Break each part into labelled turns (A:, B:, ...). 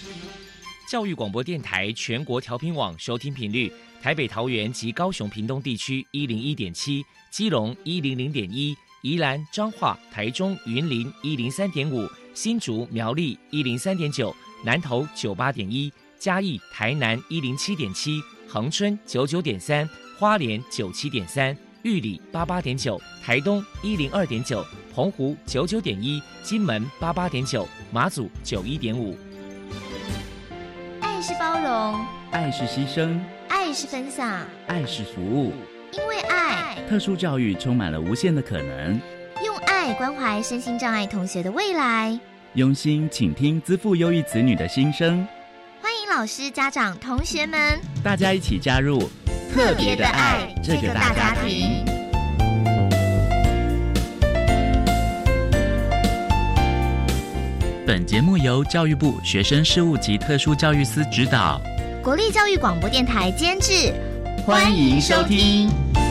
A: 教育广播电台全国调频网收听频率：台北、桃园及高雄屏东地区101.7，基隆100.1，宜兰、彰化、台中、云林103.5，新竹、苗栗103.9，南投98.1，嘉义、台南107.7，恒春99.3，花莲97.3，玉里88.9，台东102.9，澎湖99.1，金门88.9，马祖91.5。
B: 爱是包容，
C: 爱是牺牲，
B: 爱是分享，
C: 爱是服务。
B: 因为爱，
C: 特殊教育充满了无限的可能。
B: 用爱关怀身心障碍同学的未来，
C: 用心倾听资赋优异子女的心声。
B: 欢迎老师、家长、同学们，
C: 大家一起加入特别的爱这个大家庭。本节目由教育部学生事务及特殊教育司指导，
B: 国立教育广播电台监制，
C: 欢迎收听。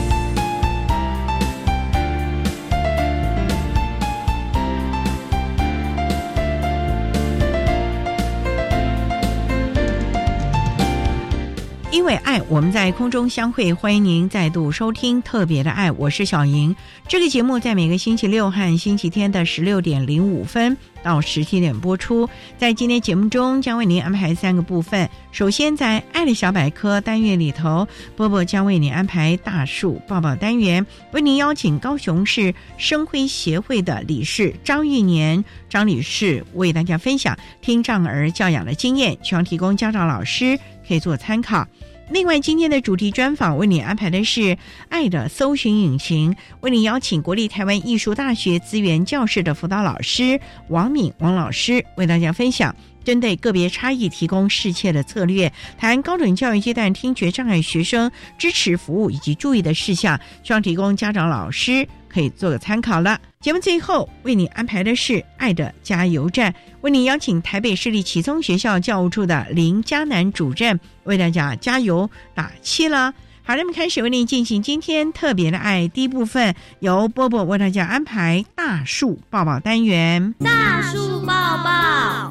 D: 因为爱，我们在空中相会，欢迎您再度收听特别的爱，我是小莹。这个节目在每个星期六和星期天的16点05分到17点播出。在今天节目中将为您安排3个部分。首先在爱的小百科单元里头，波波将为您安排大树抱抱单元，为您邀请高雄市生辉协会的理事张玉年张理事为大家分享听障儿教养的经验，希望提供家长老师可以做参考。另外，今天的主题专访为你安排的是爱的搜寻引擎，为你邀请国立台湾艺术大学资源教室的辅导老师王敏王老师为大家分享针对个别差异提供适切的策略，谈高等教育阶段听觉障碍学生支持服务以及注意的事项，希望提供家长老师可以做个参考了。节目最后为你安排的是爱的加油站，为你邀请台北市立启聪学校教务处的林嘉南主任为大家加油打气了。好，那么开始为您进行今天特别的爱第一部分，由波波为大家安排大树抱抱单元。
B: 大树抱抱，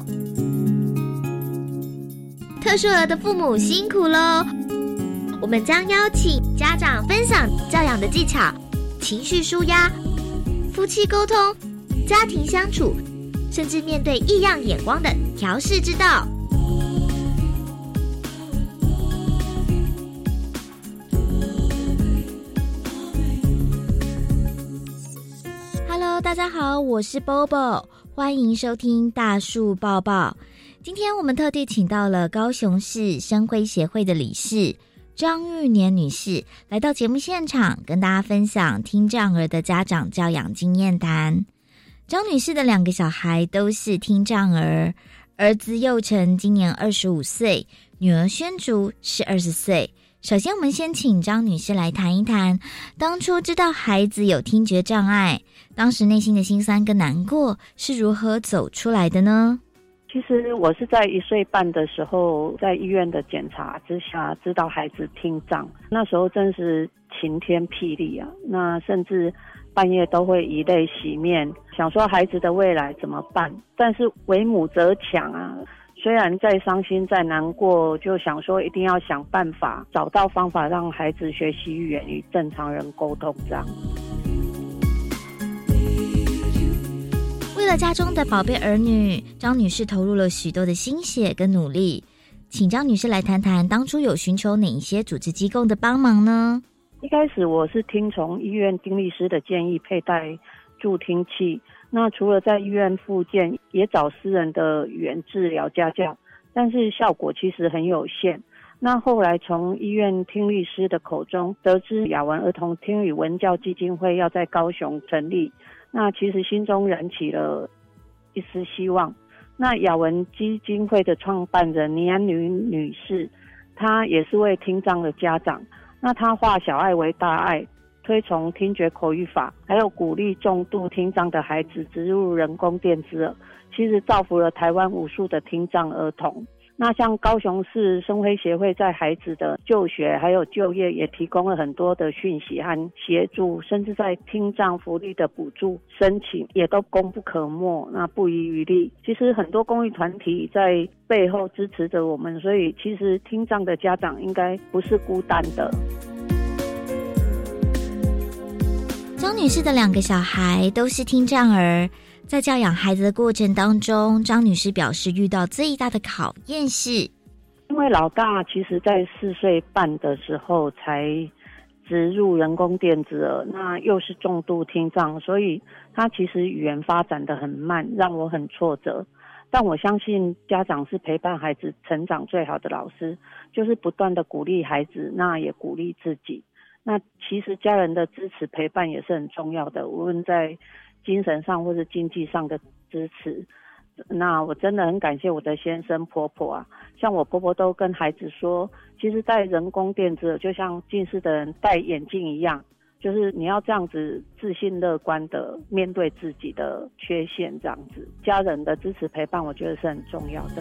B: 特殊儿的父母辛苦咯，我们将邀请家长分享教养的技巧、情绪抒压、夫妻沟通、家庭相处，甚至面对异样眼光的调适之道。Hello， 大家好，我是 Bobo， 欢迎收听大树抱抱。今天我们特地请到了高雄市生辉协会的理事张玉年女士来到节目现场，跟大家分享听障儿的家长教养经验谈。张女士的2个小孩都是听障儿，儿子佑成今年25岁，女儿宣竹是20岁。首先我们先请张女士来谈一谈当初知道孩子有听觉障碍，当时内心的辛酸跟难过是如何走出来的呢？
E: 其实我是在1岁半的时候，在医院的检查之下知道孩子听障，那时候真是晴天霹雳啊！那甚至半夜都会以泪洗面，想说孩子的未来怎么办？但是为母则强啊，虽然再伤心再难过，就想说一定要想办法，找到方法让孩子学习语言与正常人沟通这样。
B: 为了家中的宝贝儿女，张女士投入了许多的心血跟努力。请张女士来谈谈当初有寻求哪一些组织机构的帮忙呢？
E: 一开始我是听从医院听力师的建议佩戴助听器，那除了在医院复健，也找私人的语言治疗家教，但是效果其实很有限。那后来从医院听力师的口中得知雅文儿童听语文教基金会要在高雄成立，那其实心中燃起了一丝希望。那雅文基金会的创办人倪安女士，她也是位听障的家长，那她化小爱为大爱，推崇听觉口语法，还有鼓励重度听障的孩子植入人工电子耳，其实造福了台湾无数的听障儿童。 那像高雄市生辉协会在孩子的就学还有就业也提供了很多的讯息和协助，甚至在听障福利的补助申请也都功不可没，那不遗余力。其实很多公益团体在背后支持着我们，所以其实听障的家长应该不是孤单的。
B: 张女士的2个小孩都是听障儿，在教养孩子的过程当中，张女士表示遇到最大的考验是，
E: 因为老大其实在4岁半的时候才植入人工电子耳，那又是重度听障，所以他其实语言发展得很慢，让我很挫折。但我相信家长是陪伴孩子成长最好的老师，就是不断的鼓励孩子，那也鼓励自己。那其实家人的支持陪伴也是很重要的，无论在精神上或是经济上的支持。那我真的很感谢我的先生婆婆啊，像我婆婆都跟孩子说，其实戴人工电子耳就像近视的人戴眼镜一样，就是你要这样子自信乐观的面对自己的缺陷，这样子家人的支持陪伴我觉得是很重要的。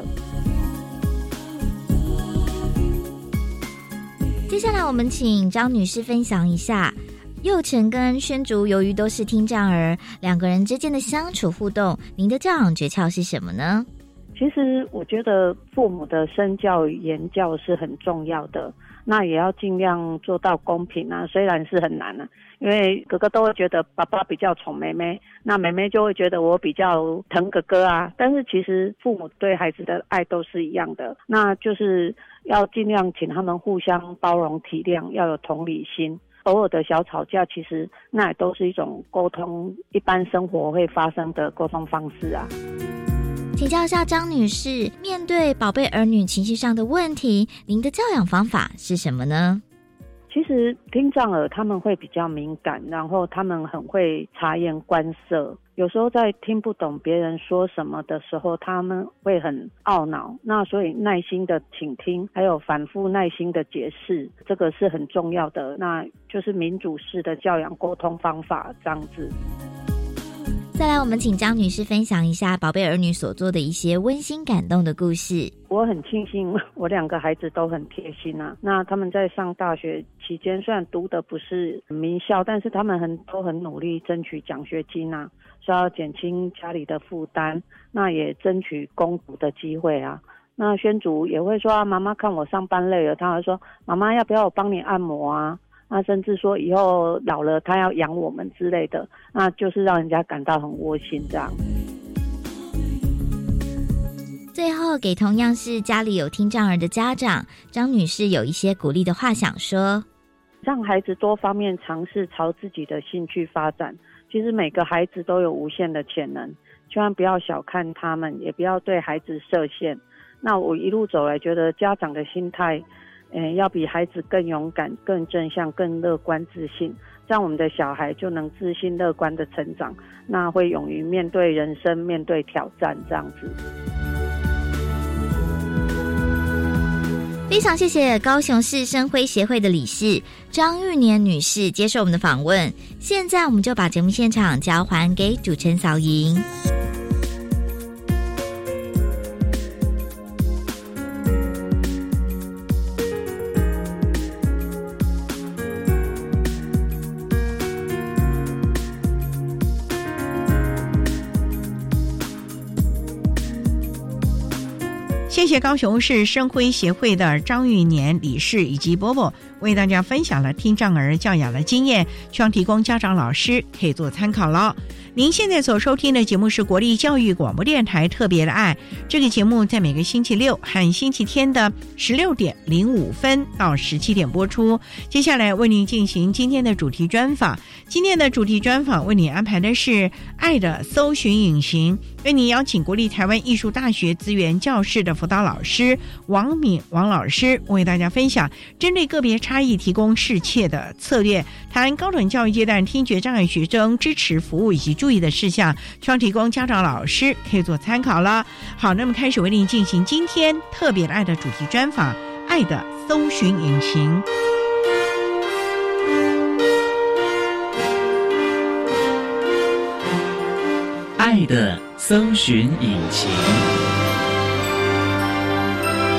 B: 接下来我们请张女士分享一下佑成跟宣竹由于都是听障儿，2个人之间的相处互动，您的教养诀窍是什么呢？
E: 其实我觉得父母的身教言教是很重要的，那也要尽量做到公平啊，虽然是很难啊，因为哥哥都会觉得爸爸比较宠妹妹，那妹妹就会觉得我比较疼哥哥啊，但是其实父母对孩子的爱都是一样的，那就是要尽量请他们互相包容体谅，要有同理心。偶尔的小吵架，其实那也都是一种沟通，一般生活会发生的沟通方式啊。
B: 请教一下张女士，面对宝贝儿女情绪上的问题，您的教养方法是什么呢？
E: 其实听障儿他们会比较敏感，然后他们很会察言观色，有时候在听不懂别人说什么的时候，他们会很懊恼，那所以耐心的倾听还有反复耐心的解释，这个是很重要的，那就是民主式的教养沟通方法这样子。
B: 再来我们请张女士分享一下宝贝儿女所做的一些温馨感动的故事。
E: 我很庆幸我2个孩子都很贴心啊，那他们在上大学期间虽然读的不是名校，但是他们都很努力争取奖学金啊，是要减轻家里的负担，那也争取攻读的机会啊。那宣竹也会说啊，妈妈看我上班累了，他会说妈妈要不要我帮你按摩啊，那甚至说以后老了他要养我们之类的，那就是让人家感到很窝心这样。
B: 最后给同样是家里有听障儿的家长，张女士有一些鼓励的话想说，
E: 让孩子多方面尝试朝自己的兴趣发展，其实每个孩子都有无限的潜能，千万不要小看他们，也不要对孩子设限。那我一路走来觉得家长的心态要比孩子更勇敢、更正向、更乐观自信，这样我们的小孩就能自信乐观的成长，那会勇于面对人生、面对挑战这样子。
B: 非常谢谢高雄市生辉协会的理事张玉年女士接受我们的访问。现在我们就把节目现场交还给主持人小莹。
D: 谢谢高雄市生辉协会的张玉年理事以及波波为大家分享了听障儿教养的经验，希望提供家长老师可以做参考了。您现在所收听的节目是国立教育广播电台特别的爱，这个节目在每个星期六和星期天的16:05到17点播出。接下来为您进行今天的主题专访，今天的主题专访为您安排的是爱的搜寻引擎，为您邀请国立台湾艺术大学资源教室的辅导老师王敏王老师为大家分享针对个别差异提供适切的策略，谈高等教育阶段听觉障碍学生支持服务以及注意的事项，希望提供家长老师可以做参考了。好，那么开始为您进行今天特别的爱的主题专访，爱的搜寻引擎。
C: 爱的搜寻引擎。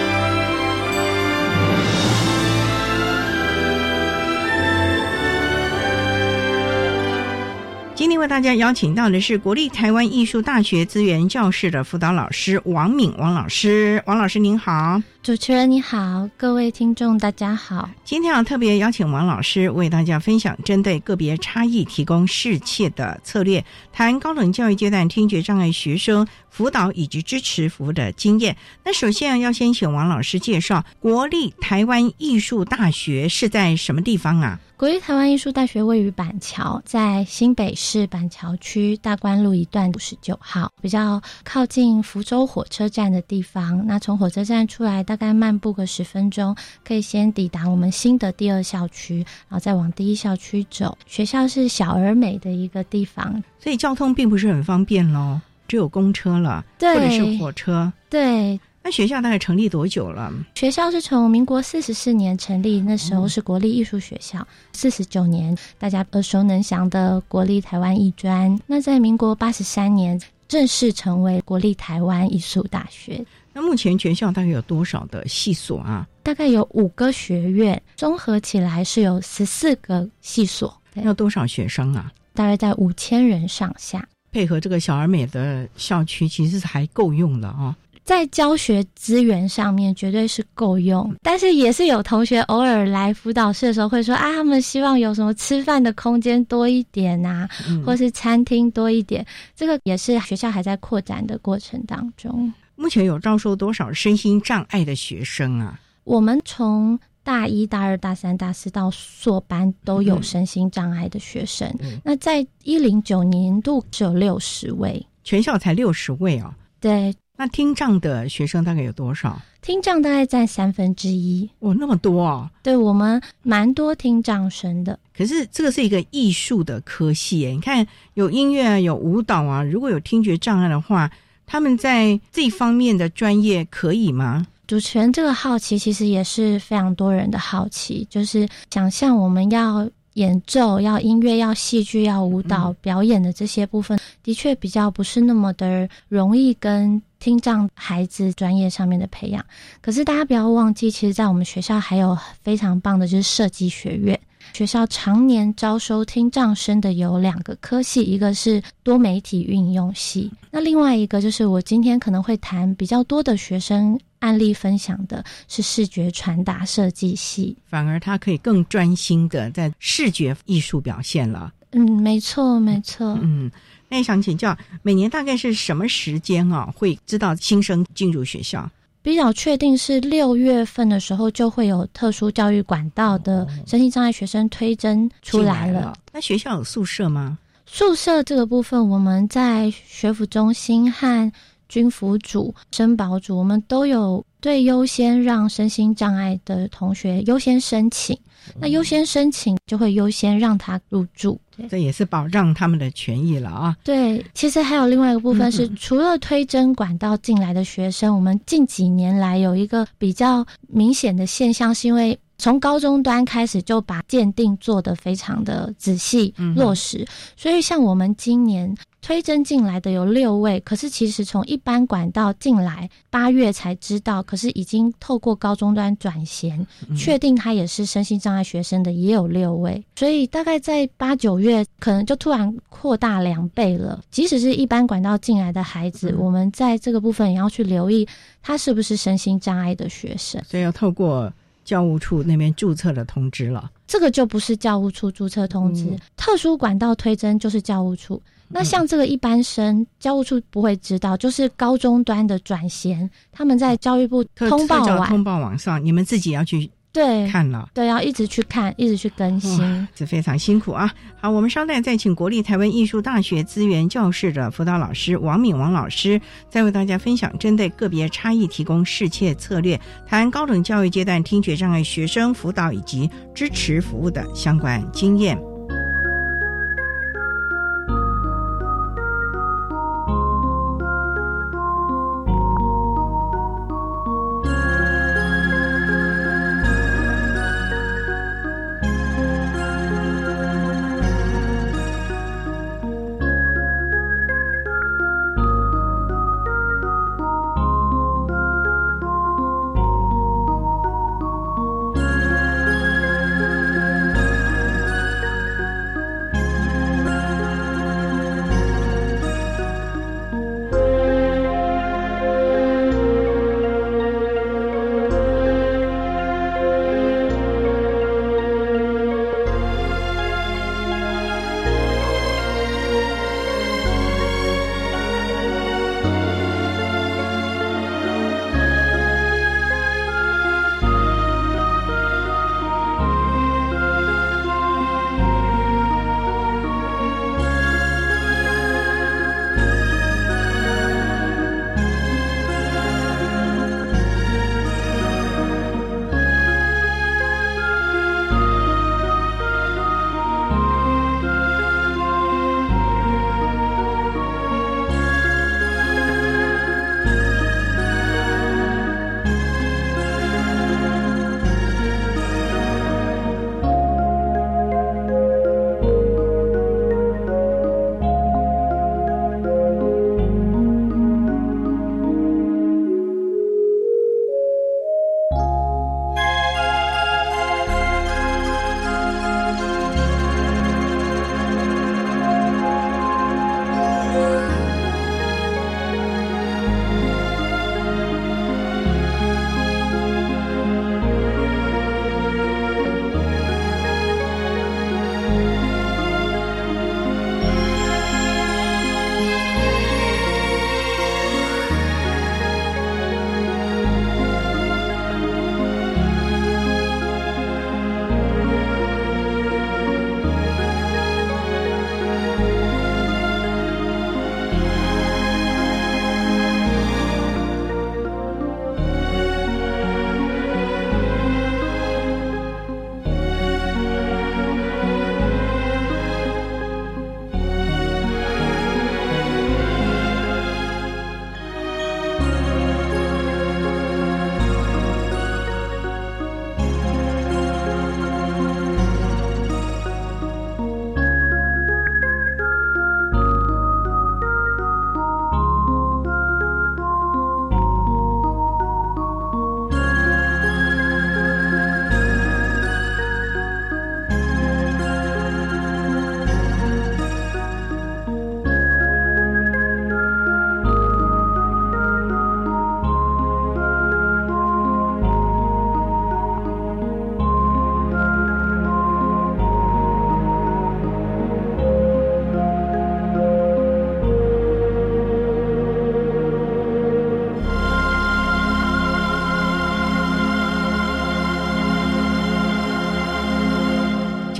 D: 为大家邀请到的是国立台湾艺术大学资源教室的辅导老师王敏王老师。王老师您好。
F: 主持人你好，各位听众大家好。
D: 今天特别邀请王老师为大家分享针对个别差异提供适切的策略，谈高等教育阶段听觉障碍学生辅导以及支持服务的经验。那首先要先请王老师介绍国立台湾艺术大学是在什么地方啊？
F: 国立台湾艺术大学位于板桥，在新北市板桥区大观路一段59号，比较靠近福州火车站的地方。那从火车站出来大概漫步个10分钟，可以先抵达我们新的第2校区，然后再往第1校区走。学校是小而美的一个地方，
D: 所以交通并不是很方便咯，只有公车了，
F: 对，
D: 或者是火车。
F: 对。
D: 那学校大概成立多久了？
F: 学校是从民国44年成立，那时候是国立艺术学校。49年大家耳熟能详的国立台湾艺专，那在民国83年正式成为国立台湾艺术大学。
D: 那目前学校大概有多少的系所啊？
F: 大概有5个学院，综合起来是有14个系所。
D: 要多少学生啊？
F: 大概在5000人上下。
D: 配合这个小而美的校区，其实还够用了啊。
F: 在教学资源上面绝对是够用，但是也是有同学偶尔来辅导室的时候会说啊，他们希望有什么吃饭的空间多一点啊，或是餐厅多一点，这个也是学校还在扩展的过程当中。
D: 目前有招收多少身心障碍的学生啊？
F: 我们从大1、大2、大3、大4到硕班都有身心障碍的学生，那在109年度只有60位，
D: 全校才60位哦。
F: 对。
D: 那听障的学生大概有多少？
F: 听障大概占1/3。
D: 哦，那么多哦。
F: 对，我们蛮多听障生的。
D: 可是这个是一个艺术的科系耶，你看有音乐啊，有舞蹈啊，如果有听觉障碍的话，他们在这方面的专业可以吗？
F: 主持人这个好奇其实也是非常多人的好奇，就是想象我们要演奏、要音乐、要戏剧、要舞蹈、表演的这些部分，的确比较不是那么的容易跟听障孩子专业上面的培养。可是大家不要忘记，其实在我们学校还有非常棒的就是设计学院。学校常年招收听障生的有2个科系，一个是多媒体运用系，那另外一个就是我今天可能会谈比较多的学生案例分享的是视觉传达设计系，
D: 反而他可以更专心的在视觉艺术表现了。
F: 没错没错。
D: 那也想请教，每年大概是什么时间啊会知道新生进入学校？
F: 比较确定是6月份的时候就会有特殊教育管道的身心障碍学生推甄出来了。
D: 那学校有宿舍吗？
F: 宿舍这个部分我们在学府中心和军辅组、生保组，我们都有对优先让身心障碍的同学优先申请，那优先申请就会优先让他入住，
D: 这也是保障他们的权益了啊。
F: 对，其实还有另外一个部分是，除了推甄管道进来的学生，我们近几年来有一个比较明显的现象，是因为从高中端开始就把鉴定做得非常的仔细落实，所以像我们今年推甄进来的有6位，可是其实从一般管道进来8月才知道，可是已经透过高中端转衔确定他也是身心障碍学生的也有6位，所以大概在8、9月可能就突然扩大2倍了。即使是一般管道进来的孩子，我们在这个部分也要去留意他是不是身心障碍的学生，
D: 所以要透过教务处那边注册的通知了。
F: 这个就不是教务处注册通知，特殊管道推甄就是教务处。那像这个一般生，教务处不会知道，就是高中端的转衔，他们在教育部通报
D: 网上，你们自己要去看了，
F: 对，要一直去看，一直去更新，
D: 这非常辛苦啊。好，我们稍待再请国立台湾艺术大学资源教室的辅导老师王敏王老师，再为大家分享针对个别差异提供适切策略，谈高等教育阶段听觉障碍学生辅导以及支持服务的相关经验。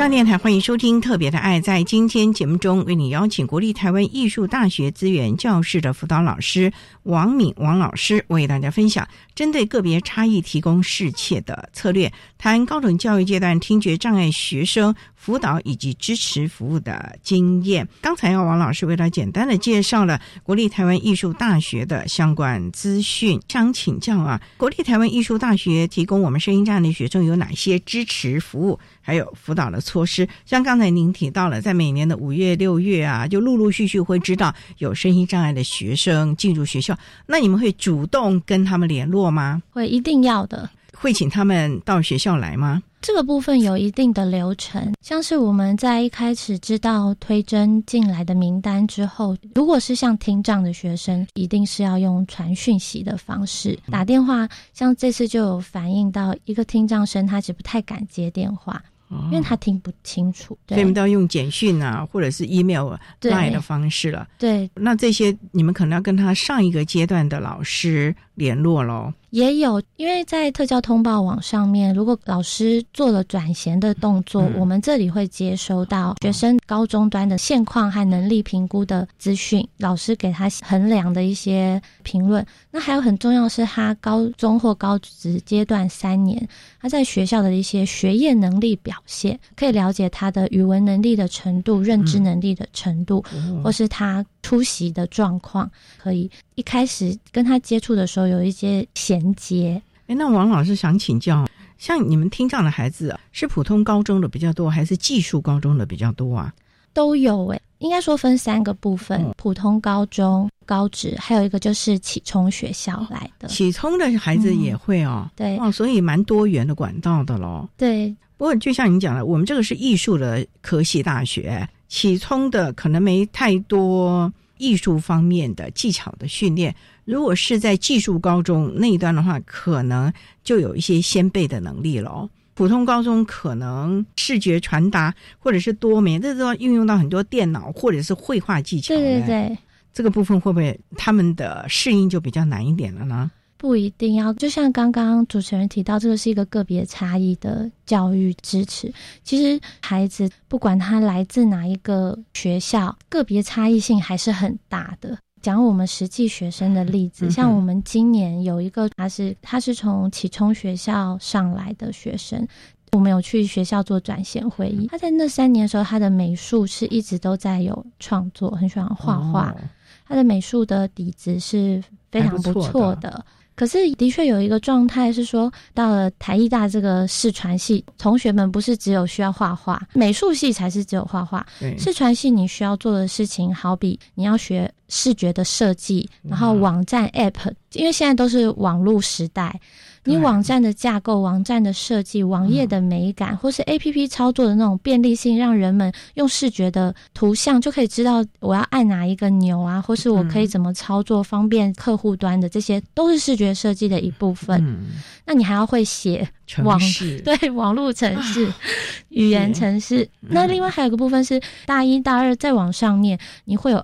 D: 上电台，欢迎收听特别的爱。在今天节目中，为你邀请国立台湾艺术大学资源教室的辅导老师王敏王老师，为大家分享针对个别差异提供适切的策略，谈高等教育阶段听觉障碍学生辅导以及支持服务的经验。刚才王老师为他简单的介绍了国立台湾艺术大学的相关资讯。想请教国立台湾艺术大学提供我们声音障碍的学生有哪些支持服务还有辅导的措施？像刚才您提到了，在每年的5月6月就陆陆续续会知道有声音障碍的学生进入学校，那你们会主动跟他们联络吗？
F: 会，一定要的。
D: 会请他们到学校来吗？
F: 这个部分有一定的流程，像是我们在一开始知道推甄进来的名单之后，如果是像听障的学生，一定是要用传讯息的方式打电话。像这次就有反映到一个听障生，他只不太敢接电话，因为他听不清楚，
D: 所以你们都要用简讯或者是 email line 的方式了。
F: 对，
D: 那这些你们可能要跟他上一个阶段的老师联络咯。
F: 也有，因为在特教通报网上面，如果老师做了转衔的动作，我们这里会接收到学生高中端的现况和能力评估的资讯，老师给他衡量的一些评论。那还有很重要的是，他高中或高职阶段3年，他在学校的一些学业能力表现，可以了解他的语文能力的程度、认知能力的程度，或是他出席的状况，可以一开始跟他接触的时候有一些衔接。
D: 那王老师想请教，像你们听障的孩子是普通高中的比较多，还是技术高中的比较多啊？
F: 都有应该说分3个部分，普通高中、高职，还有一个就是启聪学校来的。
D: 启聪的孩子也会
F: 对
D: 所以蛮多元的管道的咯。
F: 对，
D: 不过就像你讲的，我们这个是艺术的科系大学，启聪的可能没太多艺术方面的技巧的训练，如果是在技术高中那一段的话，可能就有一些先辈的能力了。普通高中可能视觉传达或者是多媒，这都要运用到很多电脑或者是绘画技巧。
F: 对对对，
D: 这个部分会不会他们的适应就比较难一点了呢？
F: 不一定要，就像刚刚主持人提到，这个是一个个别差异的教育支持。其实孩子不管他来自哪一个学校，个别差异性还是很大的。讲我们实际学生的例子，像我们今年有一个他是从启聪学校上来的学生，我们有去学校做转衔会议。他在那3年的时候，他的美术是一直都在有创作，很喜欢画画，他的美术的底子是非常不错的。可是的确有一个状态是说，到了台艺大这个视传系，同学们不是只有需要画画，美术系才是只有画画。视传系你需要做的事情，好比你要学视觉的设计，然后网站 App， 因为现在都是网络时代，你网站的架构、网站的设计、网页的美感，或是 APP 操作的那种便利性，让人们用视觉的图像就可以知道我要按哪一个钮啊，或是我可以怎么操作，方便客户端的，这些都是视觉设计的一部分。那你还要会写网络程式、语言程式。那另外还有一个部分是大1、大2再往上念，你会有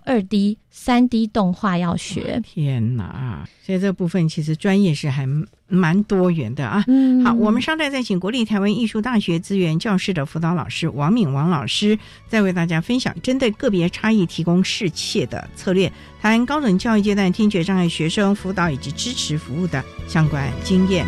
F: 2D、3D 动画要学。
D: 天哪！所以这个部分其实专业是还蛮多元的啊。好，我们稍待再请国立台湾艺术大学资源教室的辅导老师王敏王老师，再为大家分享针对个别差异提供适切的策略，谈高等教育阶段听觉障碍学生辅导以及支持服务的相关经验。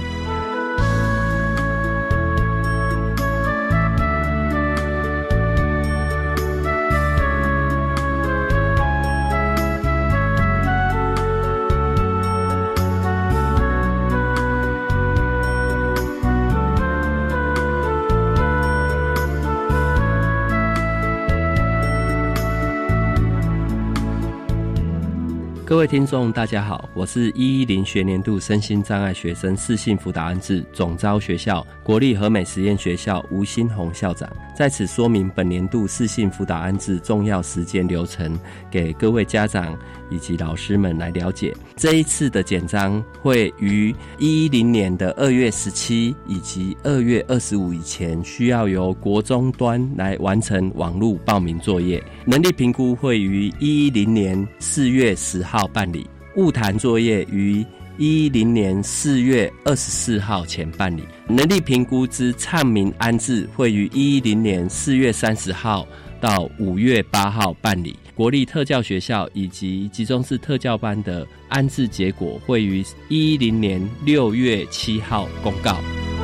G: 各位听众大家好，我是110学年度身心障碍学生适性辅导安置总召学校国立和美实验学校吴新宏校长，在此说明本年度适性辅导安置重要实践流程，给各位家长以及老师们来了解。这一次的简章会于110年的2月17以及2月25以前，需要由国中端来完成网络报名作业，能力评估会于110年4月10号办理，物谈作业于 110年4月24号前办理。能力评估之唱名安置会于110年4月30号到5月8号办理。国立特教学校以及集中式特教班的安置结果会于110年6月7号公告。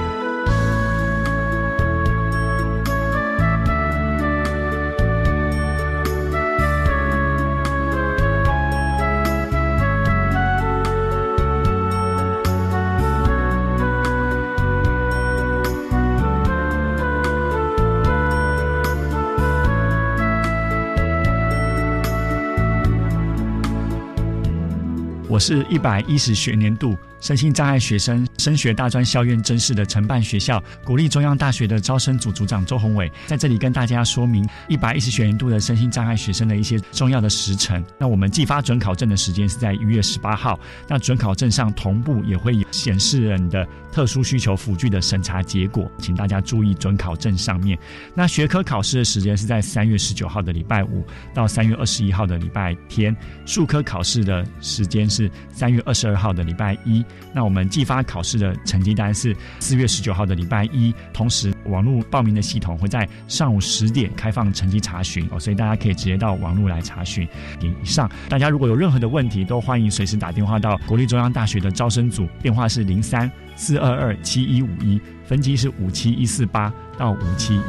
H: 我是110学年度身心障碍学生升学大专校院甄试的承办学校国立中央大学的招生组组长周宏伟，在这里跟大家说明110学年度的身心障碍学生的一些重要的时程。那我们寄发准考证的时间是在1月18号，那准考证上同步也会有显示人的特殊需求辅具的审查结果，请大家注意准考证上面。那学科考试的时间是在3月19号的礼拜五到3月21号的礼拜天，术科考试的时间是3月22号的礼拜一。那我们寄发考试的成绩单是4月19号的礼拜一，同时网络报名的系统会在上午10点开放成绩查询所以大家可以直接到网络来查询。以上大家如果有任何的问题，都欢迎随时打电话到国立中央大学的招生组，电话是03-422-7151，分机是57148到57150。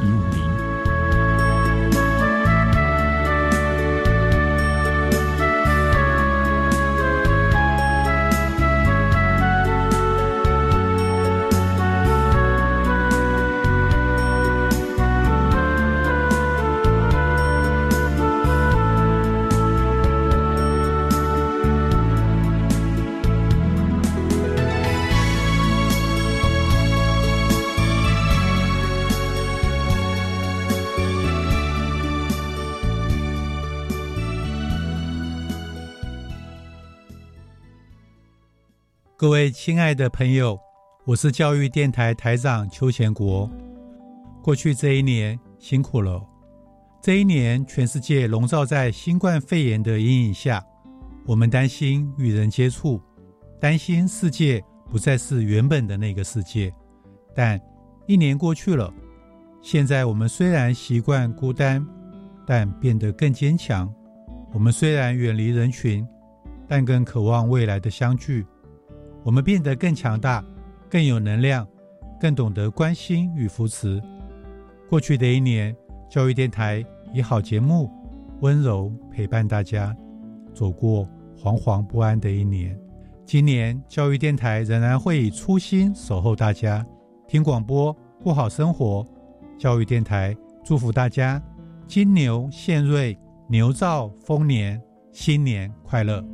I: 各位亲爱的朋友，我是教育电台台长邱贤国。过去这一年辛苦了，这一年全世界笼罩在新冠肺炎的阴影下，我们担心与人接触，担心世界不再是原本的那个世界。但一年过去了，现在我们虽然习惯孤单，但变得更坚强。我们虽然远离人群，但更渴望未来的相聚。我们变得更强大，更有能量，更懂得关心与扶持。过去的一年，教育电台以好节目温柔陪伴大家走过惶惶不安的一年。今年教育电台仍然会以初心守候大家，听广播过好生活。教育电台祝福大家金牛献瑞，牛兆丰年，新年快乐。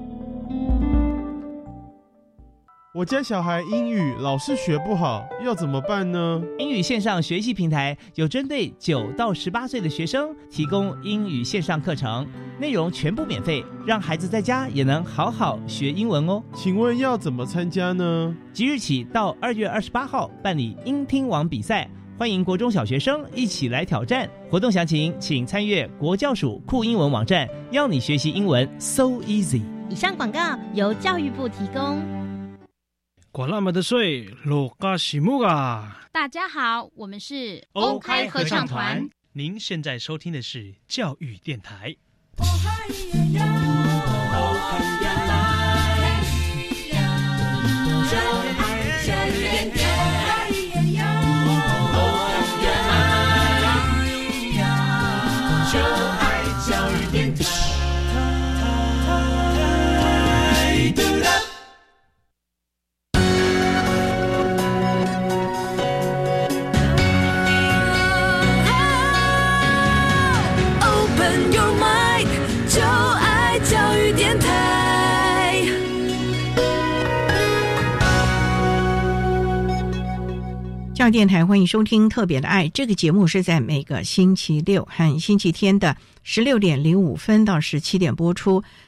J: 我家小孩英语老是学不好，要怎么办呢？
A: 英语线上学习平台有针对9到18岁的学生提供英语线上课程，内容全部免费，让孩子在家也能好好学英文哦。
J: 请问要怎么参加呢？
A: 即日起到2月28号办理英听网比赛，欢迎国中小学生一起来挑战。活动详情请参阅国教署酷英文网站，要你学习英文 so easy。
K: 以上广告由教育部提供。
L: 管那么的水，罗嘎西木啊！
K: 大家好，我们是
L: 欧开合唱团。您现在收听的是教育电台。
D: 教育电台欢迎收听特别的爱，这个节目是在每个星期六和星期天的16点05分到17点播出。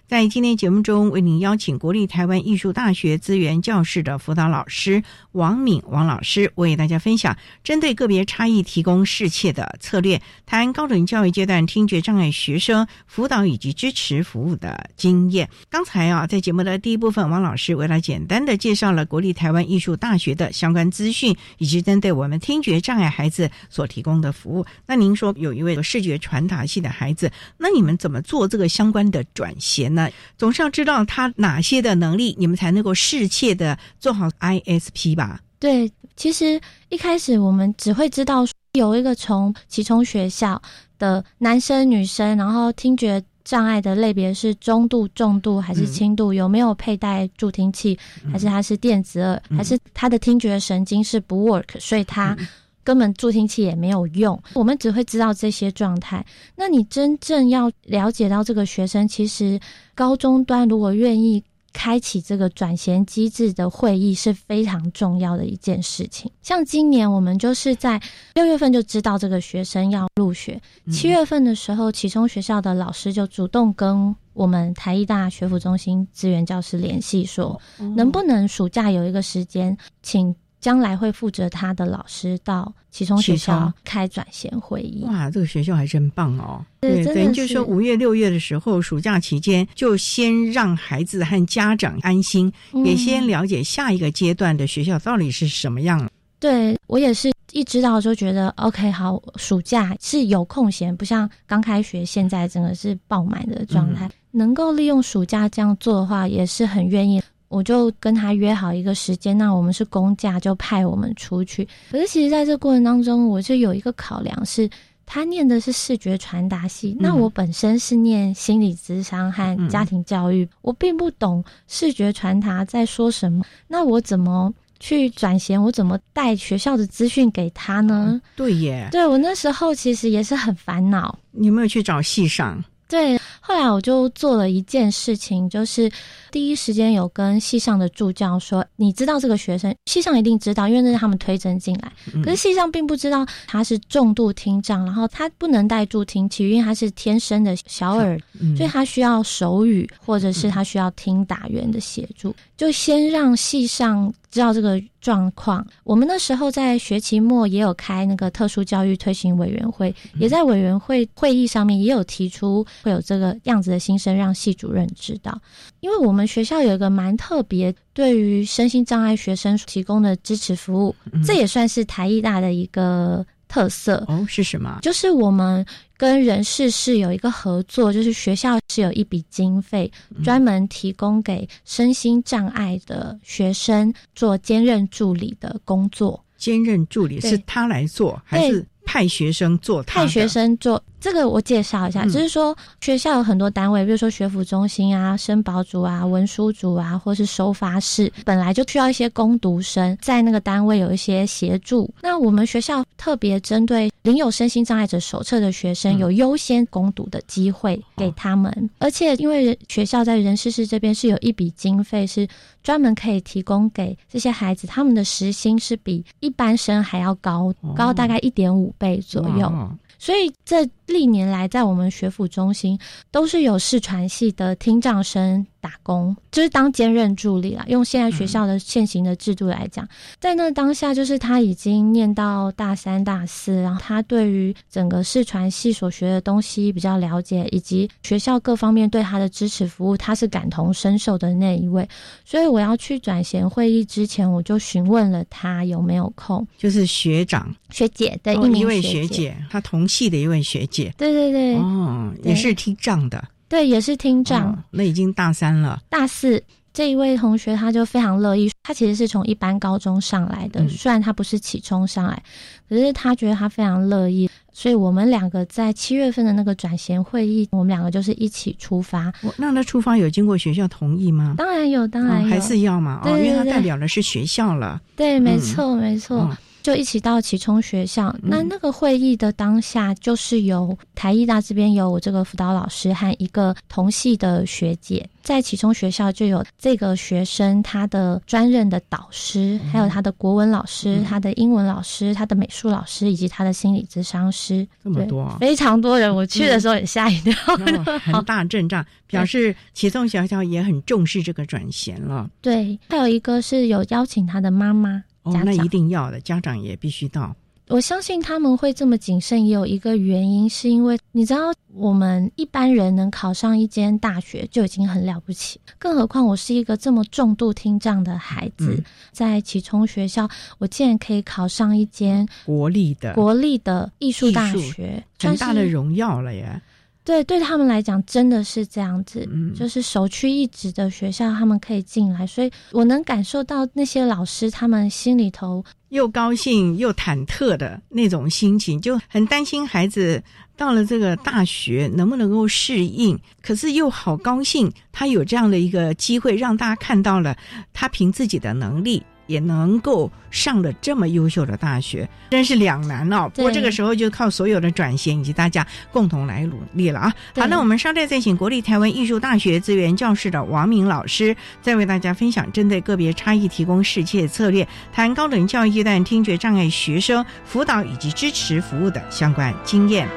D: 在今天节目中，为您邀请国立台湾艺术大学资源教室的辅导老师王敏王老师，为大家分享针对个别差异提供适切的策略，谈高等教育阶段听觉障碍学生辅导以及支持服务的经验。刚才在节目的第一部分，王老师为了简单的介绍了国立台湾艺术大学的相关资讯，以及针对我们听觉障碍孩子所提供的服务。那您说有一位视觉传达系的孩子，那你们怎么做这个相关的转衔呢？总是要知道他哪些的能力，你们才能够适切的做好 ISP 吧？
F: 对，其实一开始我们只会知道有一个从启聪学校的男生女生，然后听觉障碍的类别是中度、重度还是轻度，有没有佩戴助听器，还是他是电子耳，还是他的听觉神经是不 work， 所以他根本助听器也没有用，我们只会知道这些状态。那你真正要了解到这个学生，其实高中端如果愿意开启这个转衔机制的会议是非常重要的一件事情。像今年我们就是在6月份就知道这个学生要入学，7月份的时候启聪学校的老师就主动跟我们台艺大学府中心资源教师联系说，能不能暑假有一个时间请将来会负责他的老师到启聪学校开转衔会议。
D: 哇，这个学校还真棒哦！对，等于就是说5月6月的时候，暑假期间就先让孩子和家长安心，也先了解下一个阶段的学校到底是什么样。
F: 对，我也是一知道就觉得 OK 好，暑假是有空闲，不像刚开学现在整个是爆满的状态，能够利用暑假这样做的话也是很愿意。我就跟他约好一个时间，那我们是公假就派我们出去。可是其实在这过程当中，我就有一个考量是，他念的是视觉传达系，那我本身是念心理咨商和家庭教育，我并不懂视觉传达在说什么，那我怎么去转衔，我怎么带学校的资讯给他呢？
D: 对耶，
F: 对，我那时候其实也是很烦恼。
D: 你有没有去找系上？
F: 对，后来我就做了一件事情，就是第一时间有跟系上的助教说，你知道这个学生，系上一定知道，因为那是他们推甄进来，可是系上并不知道他是重度听障，然后他不能带助听器，因为他是天生的小耳，所以他需要手语或者是他需要听打员的协助，就先让系上知道这个状况。我们那时候在学期末也有开那个特殊教育推行委员会，也在委员会会议上面也有提出会有这个样子的新生让系主任知道。因为我们学校有一个蛮特别对于身心障碍学生提供的支持服务，这也算是台艺大的一个特色。
D: 是什么？
F: 就是我们跟人事室有一个合作，就是学校是有一笔经费专门提供给身心障碍的学生做兼任助理的工作。
D: 兼任助理是他来做还是派学生做他的？派
F: 学生做，这个我介绍一下，就是说学校有很多单位，比如说学府中心啊、生保组啊、文书组啊，或是收发室，本来就需要一些工读生在那个单位有一些协助。那我们学校特别针对领有身心障碍者手册的学生，有优先攻读的机会给他们。而且因为学校在人事室这边是有一笔经费是专门可以提供给这些孩子，他们的时薪是比一般生还要高大概 1.5 倍左右。所以这历年来在我们学府中心都是有视传系的听障生打工，就是当兼任助理啦，用现在学校的现行的制度来讲，在那当下就是他已经念到大3大4，然后他对于整个视传系所学的东西比较了解，以及学校各方面对他的支持服务他是感同身受的那一位。所以我要去转衔会议之前，我就询问了他有没有空。
D: 就是学长
F: 学姐，对，
D: 一位学姐，他同系的一位学姐。
F: 对对对，
D: 也是听障的。
F: 对，也是听障。
D: 那已经大3了。
F: 大4，这一位同学他就非常乐意，他其实是从一般高中上来的，虽然他不是启聪上来，可是他觉得他非常乐意，所以我们两个在7月份的那个转衔会议，我们两个就是一起出发。
D: 那他出发有经过学校同意吗？
F: 当然有，当然有，
D: 还是要嘛。
F: 对对对，
D: 因为他代表的是学校了。
F: 对，没错没错。 就一起到启聪学校。那个会议的当下，就是由台艺大这边有我这个辅导老师和一个同系的学姐，在启聪学校就有这个学生他的专任的导师，还有他的国文老师、他的英文老师、他的美术老师以及他的心理咨商师。
D: 这么多啊，
F: 非常多人，我去的时候也吓一跳，
D: 很大阵仗，表示启聪学校也很重视这个转衔了。
F: 对，还有一个是有邀请他的妈妈家长，
D: 那一定要的，家长也必须到。
F: 我相信他们会这么谨慎，也有一个原因，是因为你知道我们一般人能考上一间大学就已经很了不起，更何况我是一个这么重度听障的孩子，在启聪学校我竟然可以考上一间国立的艺术大学，
D: 很大的荣耀了耶。
F: 对，对他们来讲真的是这样子，就是首屈一指的学校他们可以进来，所以我能感受到那些老师他们心里头
D: 又高兴又忐忑的那种心情，就很担心孩子到了这个大学能不能够适应，可是又好高兴他有这样的一个机会让大家看到了他凭自己的能力也能够上了这么优秀的大学，真是两难哦。不过这个时候就靠所有的转衔以及大家共同来努力了啊。好，那我们稍待再请国立台湾艺术大学资源教室的王明老师再为大家分享针对个别差异提供适切策略，谈高等教育阶段听觉障碍学生辅导以及支持服务的相关经验。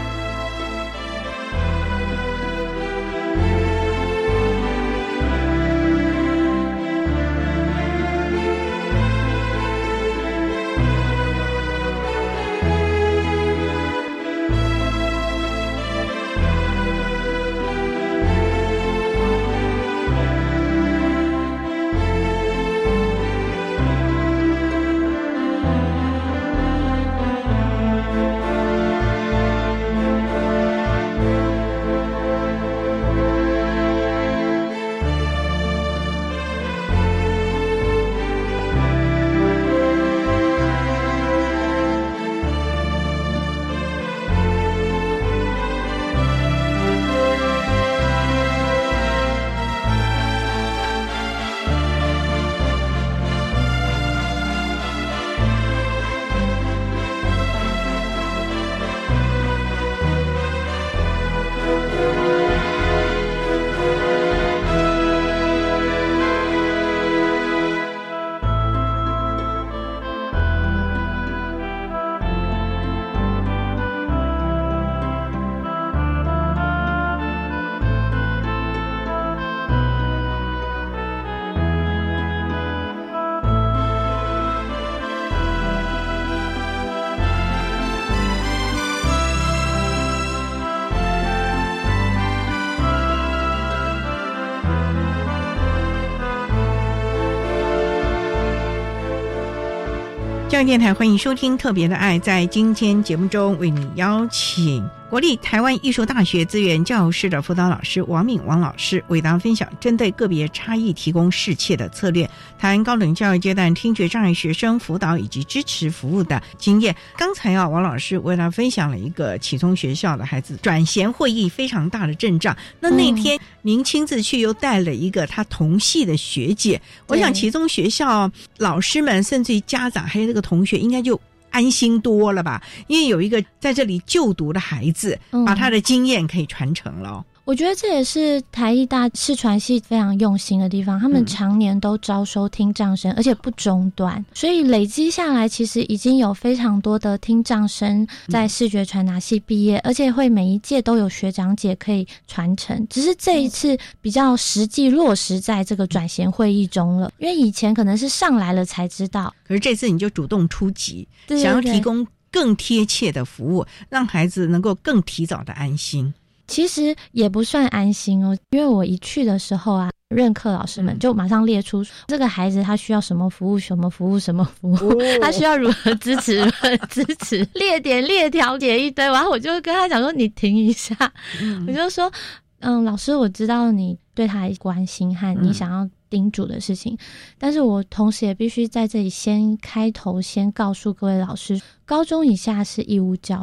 D: 教育电台欢迎收听特别的爱，在今天节目中为你邀请国立台湾艺术大学资源教室的辅导老师王敏王老师为大家分享针对个别差异提供适切的策略，谈高等教育阶段听觉障碍学生辅导以及支持服务的经验。刚才王老师为大家分享了一个启聪学校的孩子转衔会议非常大的阵仗，那天您亲自去又带了一个他同系的学姐，我想启聪学校老师们甚至于家长还有这个同学应该就安心多了吧，因为有一个在这里就读的孩子把他的经验可以传承了。
F: 我觉得这也是台艺大视传系非常用心的地方，他们常年都招收听障生，而且不中断，所以累积下来其实已经有非常多的听障生在视觉传达系毕业，而且会每一届都有学长姐可以传承，只是这一次比较实际落实在这个转衔会议中了，因为以前可能是上来了才知道，
D: 可是这次你就主动出击，想要提供更贴切的服务，让孩子能够更提早的安心。
F: 其实也不算安心哦，因为我一去的时候任课老师们就马上列出这个孩子他需要什么服务什么服务什么服务，他需要如何支持如何支持，列点列条写一堆，然后我就跟他讲说你停一下，我就说老师我知道你对他关心和你想要叮嘱的事情，但是我同时也必须在这里先开头先告诉各位老师，高中以下是义务教育，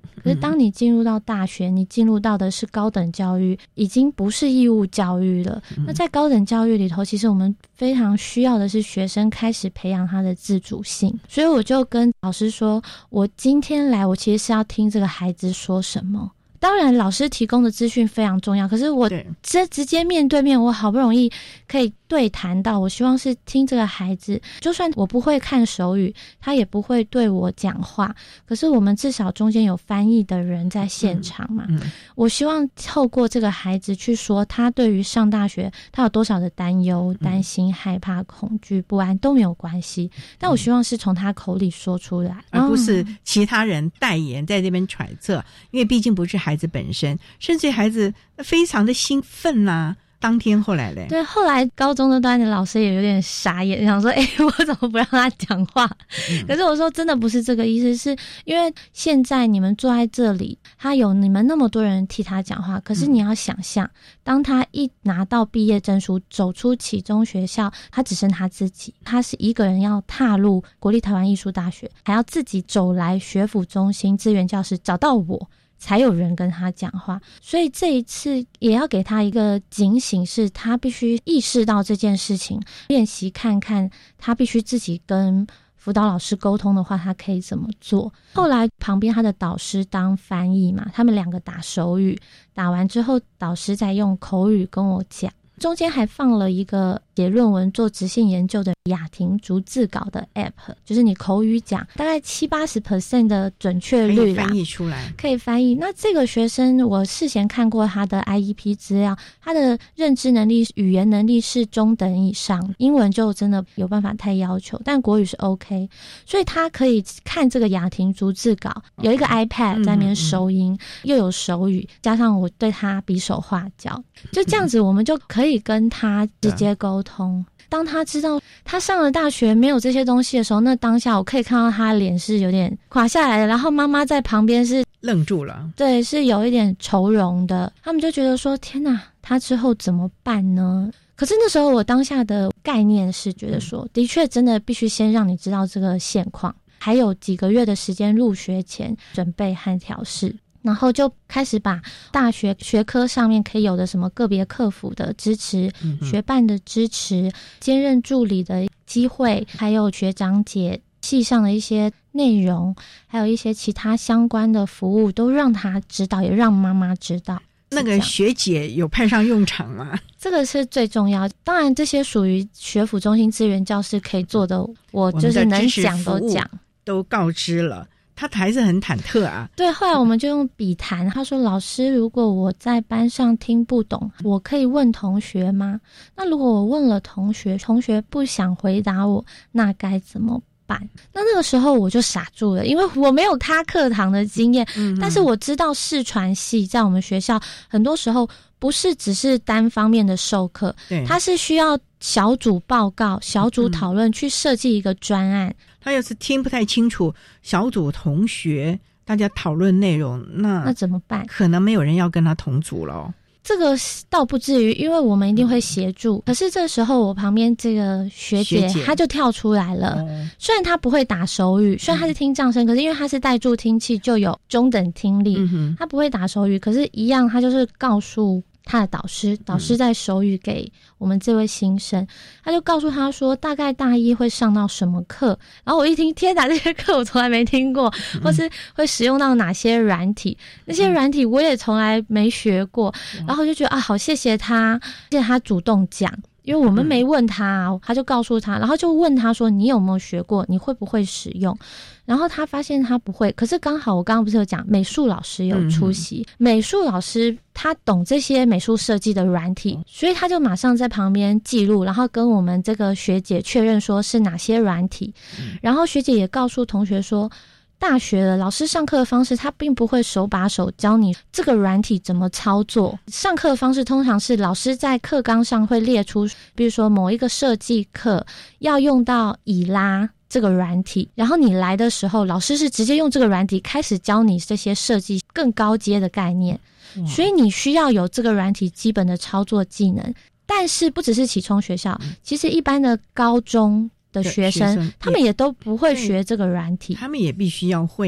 F: 可是当你进入到大学，你进入到的是高等教育，已经不是义务教育了。那在高等教育里头，其实我们非常需要的是学生开始培养他的自主性。所以我就跟老师说，我今天来，我其实是要听这个孩子说什么。当然老师提供的资讯非常重要，可是我直接面对面，我好不容易可以对谈到，我希望是听这个孩子，就算我不会看手语，他也不会对我讲话，可是我们至少中间有翻译的人在现场嘛。我希望透过这个孩子去说他对于上大学他有多少的担忧、担心、害怕、恐惧、不安都没有关系，但我希望是从他口里说出来，
D: 而不是其他人代言在这边揣测，因为毕竟不是孩子本身，甚至孩子非常的兴奋啊。当天后来嘞，
F: 对，后来高中的端的老师也有点傻眼，想说我怎么不让他讲话？可是我说真的不是这个意思，是因为现在你们坐在这里，他有你们那么多人替他讲话，可是你要想象，当他一拿到毕业证书，走出启中学校，他只剩他自己，他是一个人要踏入国立台湾艺术大学，还要自己走来学府中心资源教室找到我，才有人跟他讲话。所以这一次也要给他一个警醒，是他必须意识到这件事情，练习看看他必须自己跟辅导老师沟通的话，他可以怎么做。后来旁边他的导师当翻译嘛，他们两个打手语，打完之后导师再用口语跟我讲，中间还放了一个写论文做质性研究的雅婷逐字稿的 app， 就是你口语讲大概70-80% 的准确率啦，
D: 可以翻译出来，
F: 可以翻译。那这个学生我事前看过他的 IEP 资料，他的认知能力、语言能力是中等以上，英文就真的有办法太要求，但国语是 OK， 所以他可以看这个雅婷逐字稿，有一个 iPad 在那边收音，又有手语，加上我对他比手画脚，就这样子我们就可以跟他直接沟通。当他知道他上了大学没有这些东西的时候，那当下我可以看到他脸是有点垮下来的，然后妈妈在旁边是
D: 愣住了，
F: 对，是有一点愁容的。他们就觉得说天哪，他之后怎么办呢？可是那时候我当下的概念是觉得说，的确真的必须先让你知道这个现况，还有几个月的时间入学前准备和调试，然后就开始把大学学科上面可以有的什么个别课辅的支持、学伴的支持、兼任助理的机会，还有学长姐系上的一些内容，还有一些其他相关的服务都让他知道，也让妈妈知道。
D: 那个学姐有派上用场吗？
F: 这个是最重要，当然这些属于学府中心资源教室可以做的，我就是能讲都讲，
D: 都告知了。他还是很忐忑啊。
F: 对，后来我们就用笔谈，他说老师，如果我在班上听不懂，我可以问同学吗？那如果我问了同学，同学不想回答我，那该怎么办？那个时候我就傻住了，因为我没有他课堂的经验，但是我知道视传系在我们学校很多时候不是只是单方面的授课，它是需要小组报告、小组讨论，去设计一个专案。
D: 他要是听不太清楚小组同学大家讨论内容，那
F: 怎么办？
D: 可能没有人要跟他同组了。
F: 这个倒不至于，因为我们一定会协助。可是这时候我旁边这个学姐她就跳出来了，虽然她不会打手语，虽然她是听障声，可是因为她是带助听器，就有中等听力，她不会打手语，可是一样她就是告诉他的导师在手语给我们这位新生，他就告诉他说大概大一会上到什么课，然后我一听，天哪，这些课我从来没听过，或是会使用到哪些软体，那些软体我也从来没学过，然后我就觉得啊，好谢谢他主动讲，因为我们没问他，他就告诉他，然后就问他说你有没有学过，你会不会使用，然后他发现他不会，可是刚好我刚刚不是有讲美术老师有出席，美术老师他懂这些美术设计的软体，所以他就马上在旁边记录，然后跟我们这个学姐确认说是哪些软体，然后学姐也告诉同学说大学的老师上课的方式，他并不会手把手教你这个软体怎么操作。上课的方式通常是老师在课纲上会列出，比如说某一个设计课要用到以拉这个软体，然后你来的时候，老师是直接用这个软体开始教你这些设计更高阶的概念，所以你需要有这个软体基本的操作技能。但是不只是启聪学校，其实一般的高中的学生他们也都不会学这个软体，
D: 他们也必须要会啊。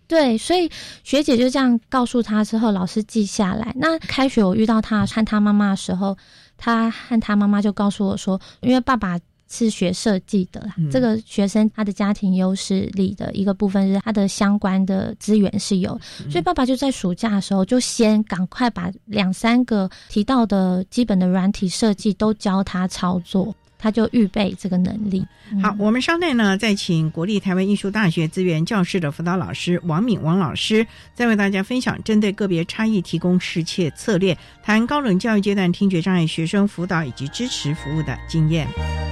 F: 对，所以学姐就这样告诉他之后，老师记下来。那开学我遇到他和他妈妈的时候，他和他妈妈就告诉我说，因为爸爸是学设计的，这个学生他的家庭优势里的一个部分是他的相关的资源是有，所以爸爸就在暑假的时候就先赶快把2-3个提到的基本的软体设计都教他操作，他就预备这个能力。
D: 好，我们稍待呢，再请国立台湾艺术大学资源教室的辅导老师王敏王老师，再为大家分享针对个别差异提供适切策略，谈高等教育阶段听觉障碍学生辅导以及支持服务的经验。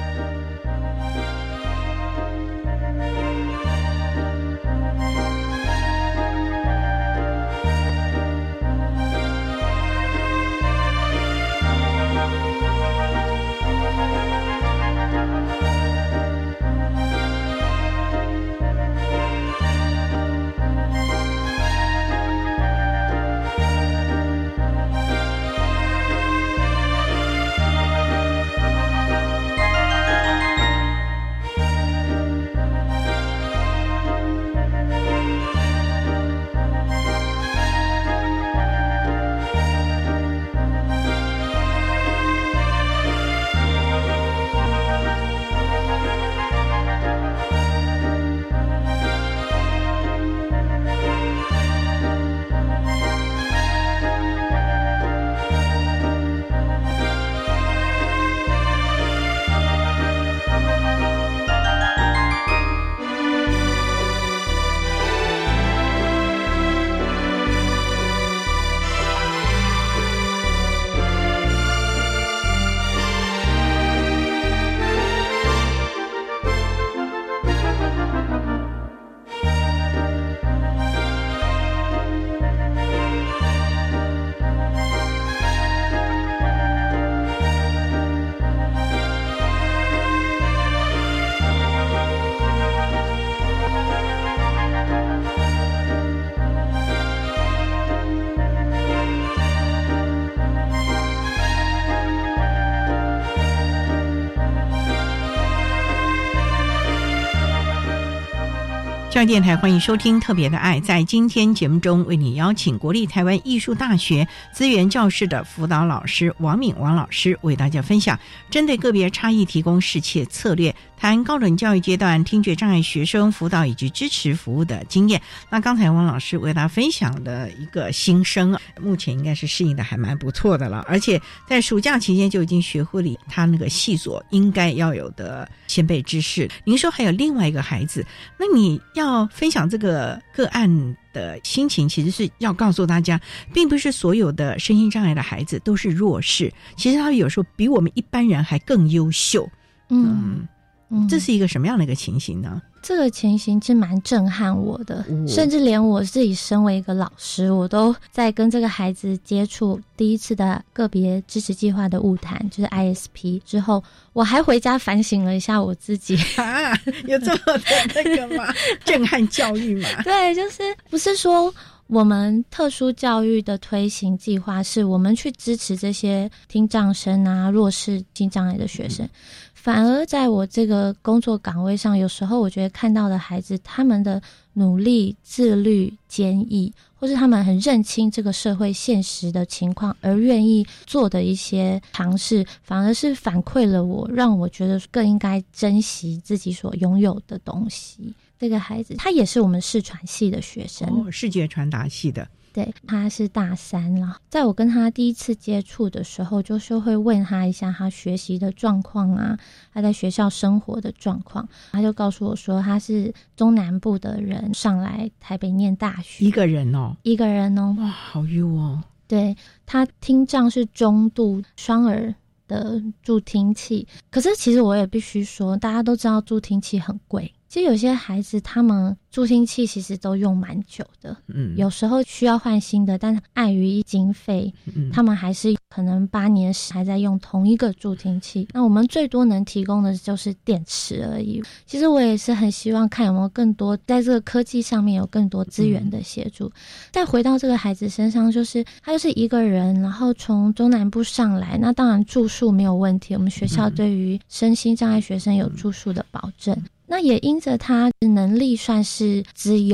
D: 教育电台欢迎收听特别的爱，在今天节目中为你邀请国立台湾艺术大学资源教室的辅导老师王敏王老师为大家分享针对个别差异提供适切策略，谈高等教育阶段听觉障碍学生辅导以及支持服务的经验。那刚才王老师为大家分享的一个新生，目前应该是适应的还蛮不错的了，而且在暑假期间就已经学会了他那个系所应该要有的先辈知识。您说还有另外一个孩子，那你要分享这个个案的心情，其实是要告诉大家，并不是所有的身心障碍的孩子都是弱势，其实他有时候比我们一般人还更优秀。这是一个什么样的一个情形呢？
F: 这个情形是蛮震撼我的，甚至连我自己身为一个老师，我都在跟这个孩子接触第一次的个别支持计划的晤谈，就是 ISP 之后，我还回家反省了一下我自己。
D: 有这么的那个吗？震撼教育嘛？
F: 对，就是不是说我们特殊教育的推行计划是我们去支持这些听障生啊、弱势听障碍的学生，反而在我这个工作岗位上，有时候我觉得看到的孩子，他们的努力、自律、坚毅，或是他们很认清这个社会现实的情况而愿意做的一些尝试，反而是反馈了我，让我觉得更应该珍惜自己所拥有的东西。这个孩子他也是我们视传系的学生，
D: 视觉传达系的。
F: 对，他是大3了。在我跟他第一次接触的时候，就是会问他一下他学习的状况啊，他在学校生活的状况。他就告诉我说，他是中南部的人，上来台北念大学。
D: 一个人哦？
F: 一个人哦。
D: 哇，好优哦。
F: 对，他听障是中度双耳的助听器，可是其实我也必须说，大家都知道助听器很贵。其实有些孩子他们助听器其实都用蛮久的，有时候需要换新的，但碍于经费，他们还是可能8年10还在用同一个助听器。那我们最多能提供的就是电池而已。其实我也是很希望看有没有更多在这个科技上面有更多资源的协助。再回到这个孩子身上，就是他就是一个人，然后从中南部上来，那当然住宿没有问题，我们学校对于身心障碍学生有住宿的保证。那也因着他能力算是资优，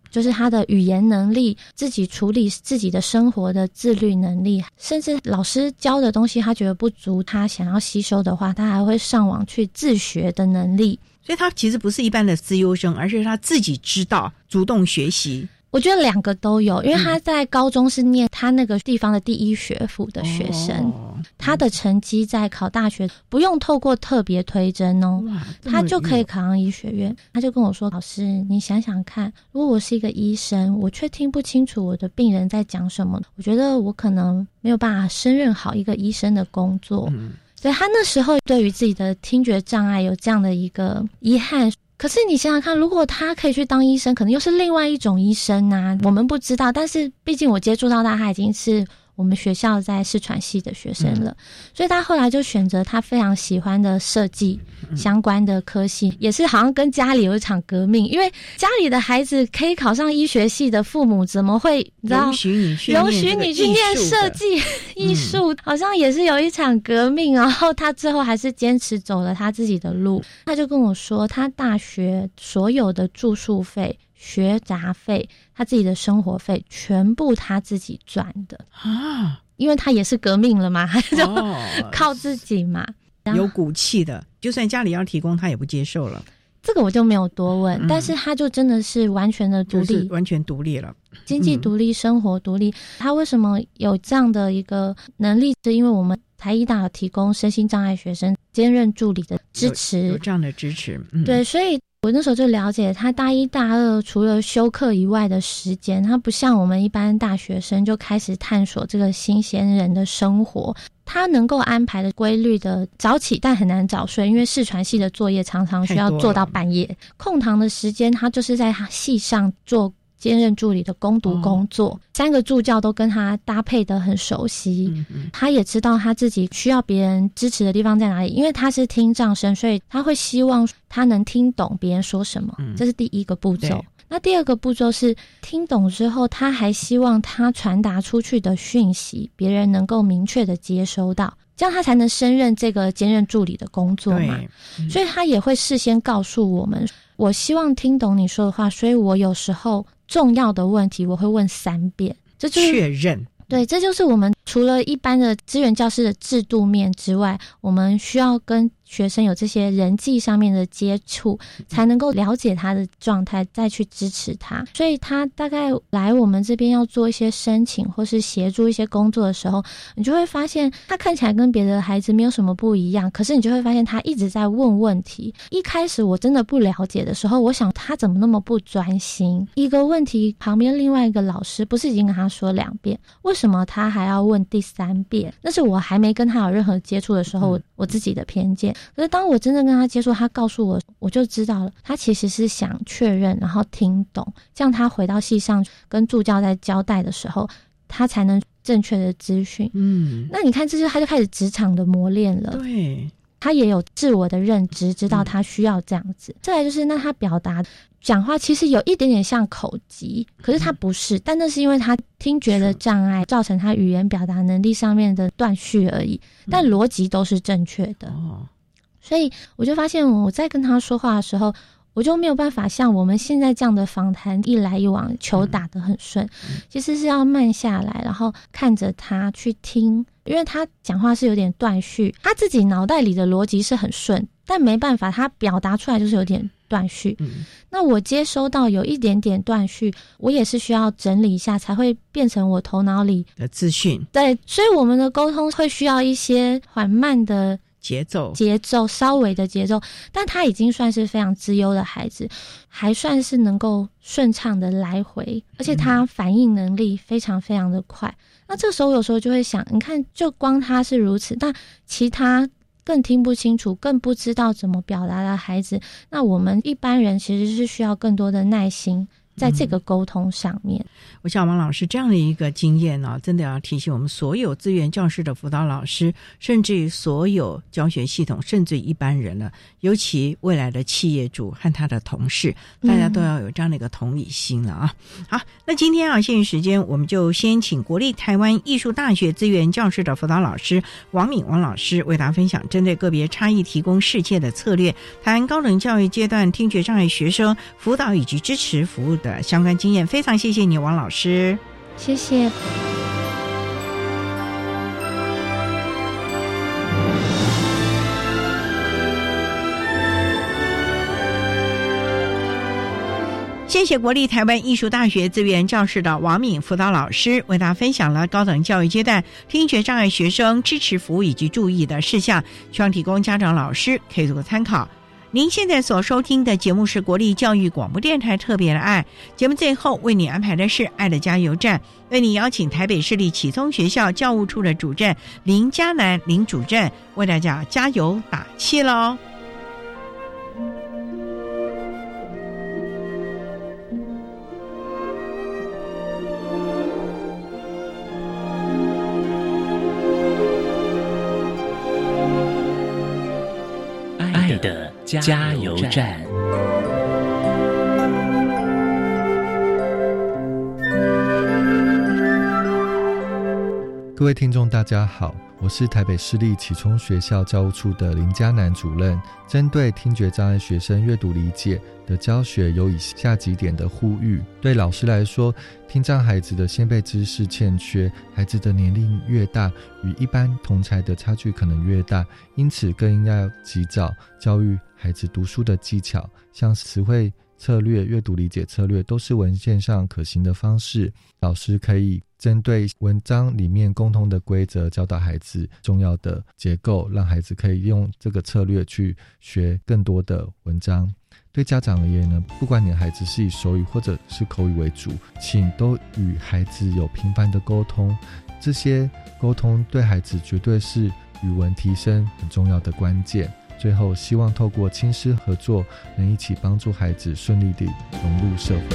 F: 就是他的语言能力，自己处理自己的生活的自律能力，甚至老师教的东西他觉得不足，他想要吸收的话，他还会上网去自学的能力。
D: 所以他其实不是一般的资优生，而是他自己知道主动学习。
F: 我觉得两个都有，因为他在高中是念他那个地方的第一学府的学生，他的成绩在考大学不用透过特别推甄哦，他就可以考上医学院。他就跟我说，老师你想想看，如果我是一个医生，我却听不清楚我的病人在讲什么，我觉得我可能没有办法胜任好一个医生的工作。所以他那时候对于自己的听觉障碍有这样的一个遗憾。可是你想想看，如果他可以去当医生，可能又是另外一种医生啊，我们不知道。但是毕竟我接触到他已经是我们学校在视传系的学生了，所以他后来就选择他非常喜欢的设计相关的科系，也是好像跟家里有一场革命，因为家里的孩子可以考上医学系的父母怎么会你知道容许你去念设计艺术，好像也是有一场革命。然后他最后还是坚持走了他自己的路。他就跟我说，他大学所有的住宿费、学杂费、他自己的生活费全部他自己赚的啊，因为他也是革命了嘛，他就靠自己嘛，
D: 有骨气的，就算家里要提供他也不接受了。
F: 这个我就没有多问，但是他就真的是完全的独立，
D: 就是完全独立了，
F: 经济独立，生活独立。他为什么有这样的一个能力？是因为我们台医大有提供身心障碍学生兼任助理的支持，
D: 有这样的支持。
F: 对，所以我那时候就了解，他大一大二除了修课以外的时间，他不像我们一般大学生就开始探索这个新鲜人的生活。他能够安排的规律的早起，但很难早睡，因为视传系的作业常常需要做到半夜。空堂的时间，他就是在他系上做兼任助理的攻读工作，3个助教都跟他搭配得很熟悉，他也知道他自己需要别人支持的地方在哪里，因为他是听障生，所以他会希望他能听懂别人说什么，这是第一个步骤。那第二个步骤是听懂之后，他还希望他传达出去的讯息别人能够明确的接收到，这样他才能胜任这个兼任助理的工作嘛。所以他也会事先告诉我们，我希望听懂你说的话，所以我有时候重要的问题我会问3遍，这就是
D: 确认。
F: 对，这就是我们除了一般的资源教师的制度面之外，我们需要跟学生有这些人际上面的接触，才能够了解他的状态，再去支持他。所以他大概来我们这边要做一些申请或是协助一些工作的时候，你就会发现他看起来跟别的孩子没有什么不一样，可是你就会发现他一直在问问题。一开始我真的不了解的时候，我想他怎么那么不专心，一个问题旁边另外一个老师不是已经跟他说2遍，为什么他还要问第3遍？那是我还没跟他有任何接触的时候，我自己的偏见。可是当我真正跟他接触，他告诉我，我就知道了，他其实是想确认然后听懂，这样他回到系上跟助教在交代的时候，他才能正确的资讯。那你看，这就他就开始职场的磨练了。
D: 对，
F: 他也有自我的认知，知道他需要这样子。再来就是那他表达讲话其实有一点点像口疾，可是他不是，但那是因为他听觉的障碍造成他语言表达能力上面的断续而已，但逻辑都是正确的。所以我就发现我在跟他说话的时候，我就没有办法像我们现在这样的访谈一来一往球打得很顺，其实是要慢下来，然后看着他去听，因为他讲话是有点断续，他自己脑袋里的逻辑是很顺，但没办法，他表达出来就是有点断续。那我接收到有一点点断续，我也是需要整理一下，才会变成我头脑里
D: 的资讯。
F: 对，所以我们的沟通会需要一些缓慢的节奏，稍微的节奏，但他已经算是非常资优的孩子，还算是能够顺畅的来回，而且他反应能力非常非常的快。那这个时候有时候就会想，你看就光他是如此，但其他更听不清楚更不知道怎么表达的孩子，那我们一般人其实是需要更多的耐心在这个沟通上面。
D: 我想王老师这样的一个经验呢，真的要提醒我们所有资源教师的辅导老师，甚至于所有教学系统，甚至于一般人了，尤其未来的企业主和他的同事，大家都要有这样的一个同理心了啊。好，那今天限于时间，我们就先请国立台湾艺术大学资源教师的辅导老师王敏王老师为大家分享针对个别差异提供适切的策略，谈高等教育阶段听觉障碍学生辅导以及支持服务的的相关经验，非常谢谢你王老师。
F: 谢谢。
D: 谢谢国立台湾艺术大学资源教室的王敏辅导老师为大家分享了高等教育阶段听觉障碍学生支持服务以及注意的事项，希望提供家长老师可以做个参考。您现在所收听的节目是国立教育广播电台特别的爱节目，最后为你安排的是爱的加油站，为你邀请台北市立启聪学校教务处的主任林嘉南林主任为大家加油打气咯。
A: 爱的加油站。
M: 各位听众大家好，我是台北市立启聪学校教务处的林嘉南主任。针对听觉障碍学生阅读理解的教学有以下几点的呼吁。对老师来说，听障孩子的先辈知识欠缺，孩子的年龄越大，与一般同侪的差距可能越大，因此更应该及早教育孩子读书的技巧，像词汇策略、阅读理解策略都是文献上可行的方式。老师可以针对文章里面共同的规则教导孩子重要的结构，让孩子可以用这个策略去学更多的文章。对家长而言呢，不管你的孩子是以手语或者是口语为主，请都与孩子有频繁的沟通，这些沟通对孩子绝对是语文提升很重要的关键。最后希望透过亲师合作，能一起帮助孩子顺利地融入社会。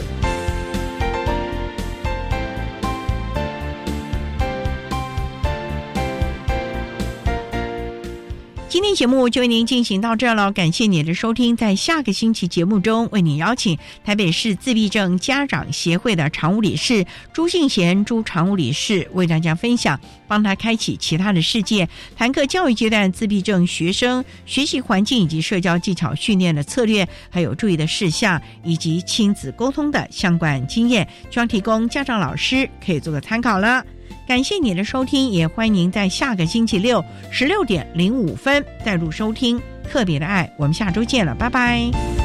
D: 今天节目就为您进行到这了，感谢您的收听。在下个星期节目中，为您邀请台北市自闭症家长协会的常务理事朱信贤朱常务理事为大家分享，帮他开启其他的世界，谈课教育阶段自闭症学生学习环境以及社交技巧训练的策略，还有注意的事项，以及亲子沟通的相关经验，希望提供家长老师可以做个参考了。感谢你的收听，也欢迎您在下个星期六16:05再度收听特别的爱。我们下周见了，拜拜。